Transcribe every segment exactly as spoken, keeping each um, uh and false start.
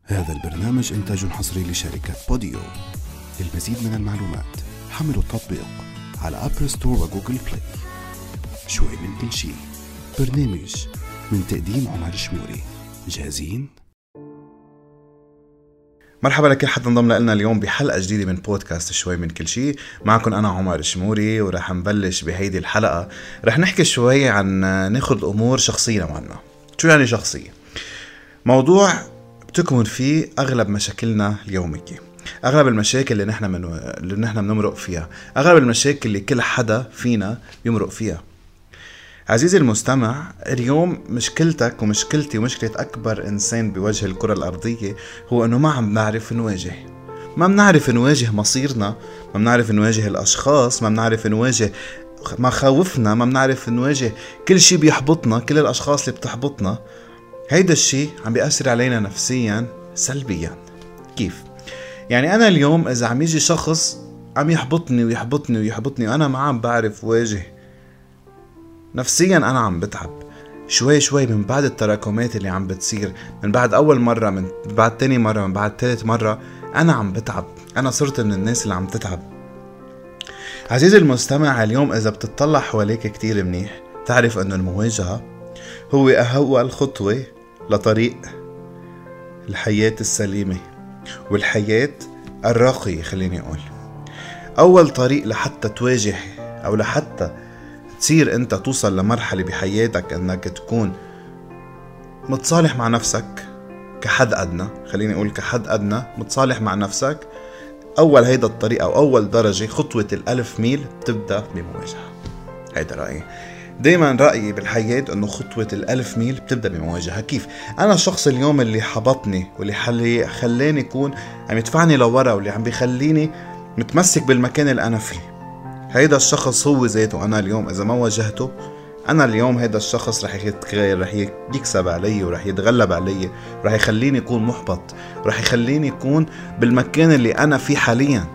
هذا البرنامج إنتاج حصري لشركة بوديو. للمزيد من المعلومات حملوا التطبيق على أبل ستور وجوجل بلاي. شوي من كل شي، برنامج من تقديم عمر شموري. جاهزين؟ مرحبا لكل حد انضم لنا اليوم بحلقة جديدة من بودكاست شوي من كل شي. معكم أنا عمر شموري، ورح نبلش بهيدي الحلقة. رح نحكي شوي عن ناخد الأمور شخصية معنا. شو يعني شخصية؟ موضوع بتكمن فيه أغلب مشاكلنا اليومية، أغلب المشاكل اللي نحن من اللي نحن بنمرق فيها، أغلب المشاكل اللي كل حدا فينا يمرق فيها. عزيزي المستمع، اليوم مشكلتك ومشكلتي ومشكلة أكبر إنسان بوجه الكرة الأرضية هو أنه ما عم نعرف نواجه، ما بنعرف نواجه مصيرنا، ما بنعرف نواجه الأشخاص، ما بنعرف نواجه مخاوفنا، ما بنعرف نواجه كل شيء بيحبطنا، كل الأشخاص اللي بتحبطنا. هيدا الشيء عم بيأثر علينا نفسيا سلبيا. كيف؟ يعني أنا اليوم إذا عم يجي شخص عم يحبطني ويحبطني ويحبطني وأنا ما عم بعرف واجه، نفسيا أنا عم بتعب شوي شوي. من بعد التراكمات اللي عم بتصير، من بعد أول مرة، من بعد تاني مرة، من بعد ثالث مرة، أنا عم بتعب. أنا صرت من الناس اللي عم تتعب. عزيزي المستمع، اليوم إذا بتطلع حواليك كتير منيح تعرف أنه المواجهة هو أول خطوة لطريق الحياة السليمة والحياة الراقية. خليني أقول أول طريق لحتى تواجه أو لحتى تصير أنت توصل لمرحلة بحياتك أنك تكون متصالح مع نفسك كحد أدنى. خليني أقول كحد أدنى متصالح مع نفسك. أول هيدا الطريق أو أول درجة، خطوة الألف ميل، بتبدأ بمواجهة. هيدا رأيي. دايما رأيي بالحياة أنه خطوة الألف ميل بتبدأ بمواجهة. كيف؟ أنا الشخص اليوم اللي حبطني واللي حلي خلاني يكون عم يدفعني لورا واللي عم بيخليني متمسك بالمكان اللي أنا فيه، هيدا الشخص هو ذاته. أنا اليوم إذا ما واجهته، أنا اليوم هيدا الشخص رح يتغير، رح يكسب علي ورح يتغلب علي، رح يخليني يكون محبط، رح يخليني يكون بالمكان اللي أنا فيه حاليا.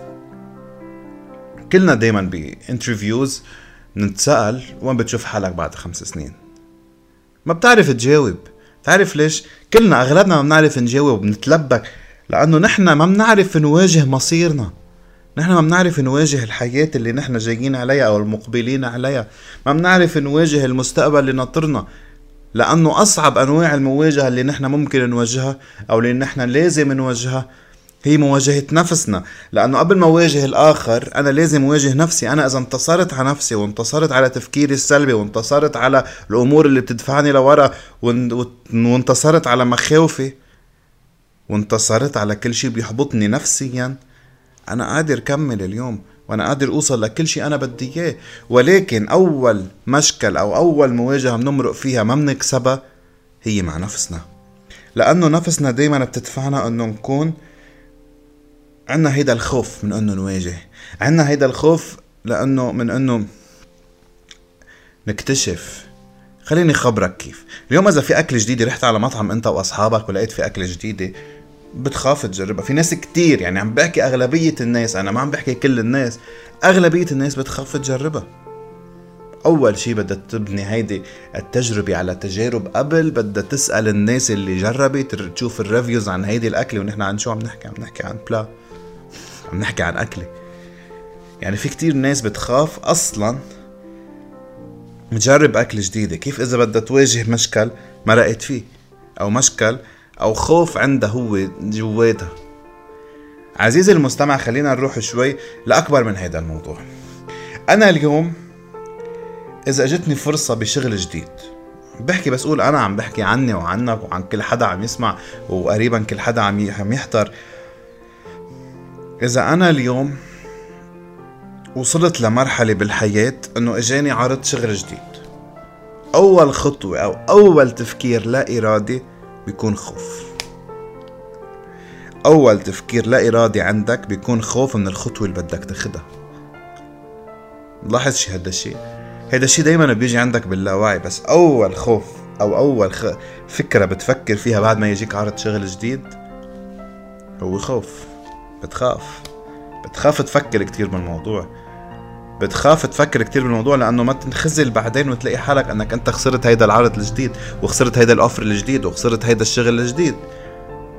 كلنا دايما بانترفيوز نتسأل وين بتشوف حالك بعد خمس سنين؟ ما بتعرف تجاوب. تعرف ليش؟ كلنا أغلبنا ما بنعرف نجاوب وبنتلبك، لأنه نحن ما بنعرف نواجه مصيرنا. نحن ما بنعرف نواجه الحياة اللي نحن جايين عليها أو المقبلين عليها. ما بنعرف نواجه المستقبل اللي ناطرنا، لأنه أصعب أنواع المواجهة اللي نحن ممكن نواجهها أو اللي نحن لازم نواجهها هي مواجهة نفسنا. لأنه قبل ما واجه الآخر أنا لازم واجه نفسي. أنا إذا انتصرت على نفسي وانتصرت على تفكيري السلبي وانتصرت على الأمور اللي بتدفعني لورا وانتصرت على مخاوفي وانتصرت على كل شيء بيحبطني نفسيا، أنا قادر كمل اليوم وأنا قادر أوصل لكل شيء أنا بدي إياه. ولكن أول مشكل أو أول مواجهة بنمرق فيها ما بنكسبها هي مع نفسنا، لأنه نفسنا دايما بتدفعنا أنه نكون عنا هيدا الخوف من أنه نواجه، عنا هيدا الخوف لأنه من أنه نكتشف. خليني خبرك كيف. اليوم إذا في أكل جديد رحت على مطعم أنت وأصحابك ولقيت في أكل جديدة، بتخاف تجربها. في ناس كتير، يعني عم بحكي أغلبية الناس، أنا ما عم بحكي كل الناس، أغلبية الناس بتخاف تجربها. أول شي بدها تبني هيدي التجربة على تجارب قبل، بدها تسأل الناس اللي جربت، تشوف الريفيوز عن هيدي الأكل. ونحن عن شو عم نحكي؟ عم نحكي عن بلا، عم نحكي عن أكلة. يعني في كتير ناس بتخاف أصلا مجرب أكل جديدة. كيف إذا بدها تواجه مشكل ما رأيت فيه، أو مشكل أو خوف عنده هو جواتها؟ عزيزي المستمع، خلينا نروح شوي لأكبر من هذا الموضوع. أنا اليوم إذا أجتني فرصة بشغل جديد، بحكي بس أقول أنا عم بحكي عني وعنك وعن كل حدا عم يسمع وقريبا كل حدا عم يحضر. إذا أنا اليوم وصلت لمرحلة بالحياة أنه إجاني عرض شغل جديد، أول خطوة أو أول تفكير لا إرادي بيكون خوف. أول تفكير لا إرادي عندك بيكون خوف من الخطوة اللي بدك تاخدها. لاحظ شي هذا الشيء، هذا الشيء دايما بيجي عندك باللاوعي. بس أول خوف أو أول خ... فكرة بتفكر فيها بعد ما يجيك عرض شغل جديد هو خوف. بتخاف بتخاف تفكر كتير بالموضوع، بتخاف تفكر كتير بالموضوع لأنه ما تنخزل بعدين وتلاقي حالك أنك أنت خسرت هيدا العرض الجديد وخسرت هيدا الأوفر الجديد وخسرت هيدا الشغل الجديد.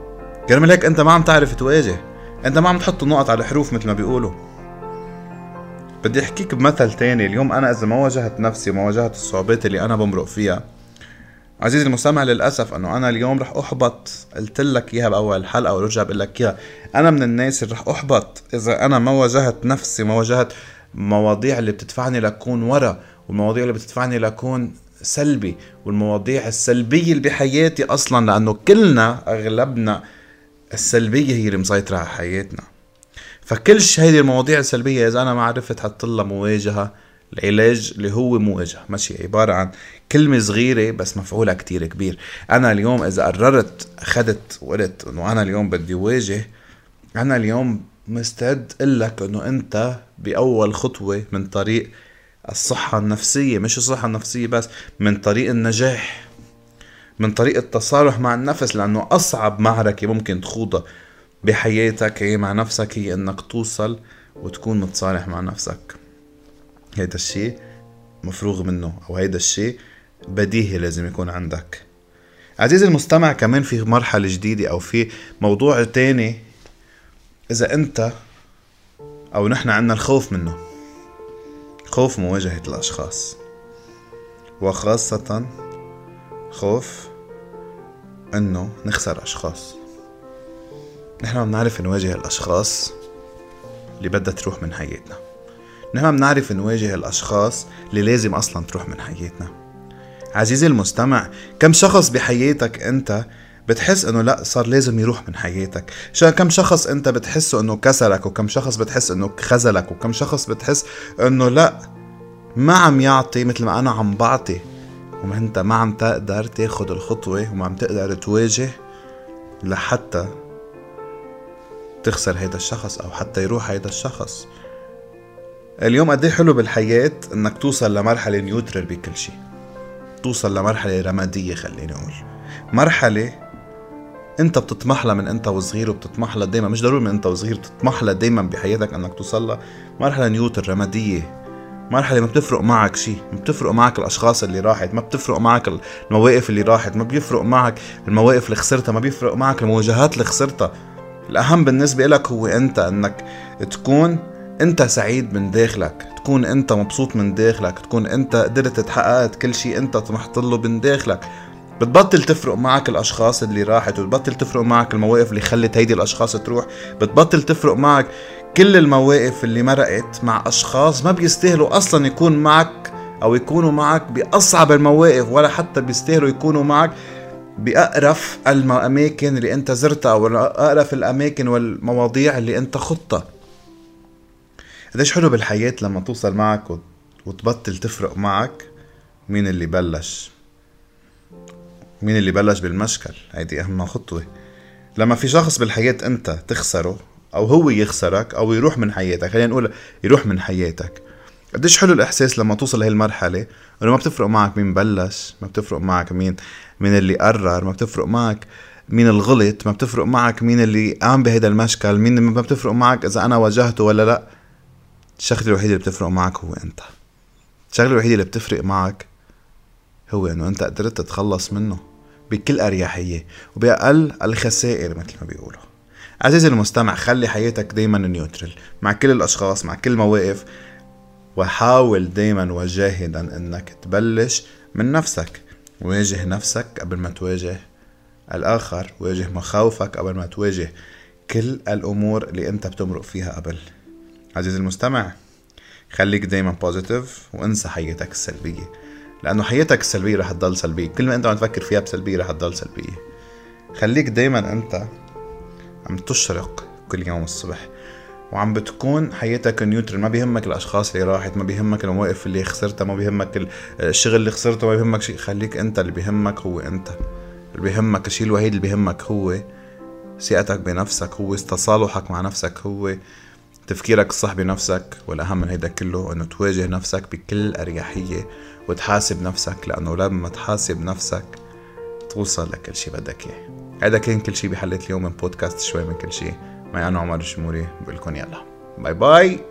كرمال هيك انت ما عم تعرف تواجه، انت ما عم تحط نقط على حروف مثل ما بيقولوا. بدي احكيك بمثل تاني. اليوم انا اذا ما واجهت نفسي وما واجهت الصعوبات اللي انا بمرق فيها، عزيزي المستمع، للاسف انه انا اليوم رح احبط. قلت لك اياها باول حلقه ورجع بقول لك اياها، انا من الناس اللي رح احبط اذا انا ما واجهت نفسي، ما واجهت مواضيع اللي بتدفعني لكون ورا، والمواضيع اللي بتدفعني لكون سلبي، والمواضيع السلبيه اللي بحياتي اصلا، لانه كلنا اغلبنا السلبيه هي اللي مسيطره على حياتنا. فكل شيء هذه المواضيع السلبيه اذا انا ما عرفت حط لها مواجهه، العلاج اللي هو مواجهه ماشي عباره عن كلمه صغيره بس مفعولها كتير كبير. انا اليوم اذا قررت اخذت وقلت انه انا اليوم بدي واجه، انا اليوم مستعد لك انه انت باول خطوه من طريق الصحه النفسيه، مش الصحه النفسيه بس، من طريق النجاح، من طريق التصالح مع النفس. لانه اصعب معركه ممكن تخوضها بحياتك هي مع نفسك، هي انك توصل وتكون متصالح مع نفسك. هيدا الشيء مفروغ منه، او هيدا الشيء بديهي لازم يكون عندك. عزيزي المستمع، كمان في مرحلة جديدة او في موضوع تاني اذا انت او نحن عنا الخوف منه، خوف مواجهة الاشخاص، وخاصة خوف انه نخسر اشخاص. نحن ما بنعرف نواجه الاشخاص اللي بدها تروح من حياتنا، نحن ما بنعرف نواجه الاشخاص اللي لازم اصلا تروح من حياتنا. عزيزي المستمع، كم شخص بحياتك انت بتحس انه لا صار لازم يروح من حياتك؟ كم شخص انت بتحسه انه كسرك، وكم شخص بتحس انه خذلك، وكم شخص بتحس انه لا ما عم يعطي مثل ما انا عم بعطي، وما انت ما عم تقدر تاخد الخطوة وما عم تقدر تواجه لحتى تخسر هيدا الشخص او حتى يروح هيدا الشخص. اليوم قد ايه حلو بالحياة انك توصل لمرحلة نيوترال بكل شيء، توصل لمرحلة رمادية، خليني اقول مرحلة انت بتطمح لها من انت وصغير، وبتطمح لها دايما، مش ضروري من انت وصغير، بتطمح لها دايما بحياتك انك توصل لها. مرحلة نيوترال رمادية، مرحلة ما بتفرق معك شيء، ما بتفرق معك الاشخاص اللي راحت، ما بتفرق معك المواقف اللي راحت، ما بيفرق معك المواقف اللي خسرتها، ما بيفرق معك المواجهات اللي خسرتها. الأهم بالنسبة لك هو أنت، أنك تكون أنت سعيد من داخلك، تكون أنت مبسوط من داخلك، تكون أنت قدرت تحققت كل شيء أنت طمحت له من داخلك. بتبطل تفرق معك الأشخاص اللي راحت، وبتبطل تفرق معك المواقف اللي خلت هيدي الأشخاص تروح، بتبطل تفرق معك كل المواقف اللي مرقت مع أشخاص ما بيستاهلوا أصلا يكون معك أو يكونوا معك بأصعب المواقف، ولا حتى بيستاهلوا يكونوا معك بأقرف الأماكن اللي أنت زرتها، أو أقرف الأماكن والمواضيع اللي أنت خضتها. قديش حلو بالحياة لما توصل معك وتبطل تفرق معك مين اللي بلش، مين اللي بلش بالمشكل. هيدي أهم خطوة. لما في شخص بالحياة أنت تخسره، أو هو يخسرك، أو يروح من حياتك، خلينا نقول يروح من حياتك، قديش حلو الإحساس لما توصل لهي المرحلة إنه ما بتفرق معك مين بلش، ما بتفرق معك مين مين اللي قرر، ما بتفرق معك مين الغلط، ما بتفرق معك مين اللي قام بهيدا المشكل، مين ما بتفرق معك إذا أنا واجهته ولا لا. الشغلة الوحيدة اللي بتفرق معك هو أنت. الشغلة الوحيدة اللي بتفرق معك هو إنه أنت قدرت تتخلص منه بكل أريحية وبأقل الخسائر مثل ما بيقولوا. عزيزي المستمع، خلي حياتك دايما نيوترال مع كل الأشخاص، مع كل مواقف، وحاول دايما وجاهدا انك تبلش من نفسك. واجه نفسك قبل ما تواجه الاخر، واجه مخاوفك قبل ما تواجه كل الامور اللي انت بتمرق فيها قبل. عزيزي المستمع، خليك دايما بوزيتيف وانسى حياتك السلبية، لانه حياتك السلبية رح تضل سلبية. كل ما انت عم تفكر فيها بسلبية رح تضل سلبية. خليك دايما انت عم تشرق كل يوم الصبح، وعم بتكون حياتك نيوترال. ما بيهمك الاشخاص اللي راحت، ما بيهمك المواقف اللي خسرتها، ما بيهمك الشغل اللي خسرته، ما بيهمك شيء. خليك انت، اللي بيهمك هو انت، اللي بيهمك الشيء الوحيد اللي بيهمك هو ثقتك بنفسك، هو تصالحك مع نفسك، هو تفكيرك الصح بنفسك. والاهم من هيدا كله انه تواجه نفسك بكل اريحية وتحاسب نفسك، لانه لما تحاسب نفسك توصل لكل شيء بدك اياه. هذا كان كل شيء بحلقة اليوم من بودكاست شوي من كل شيء. معي أنا عمر الشموري، بقولكم يلا باي باي.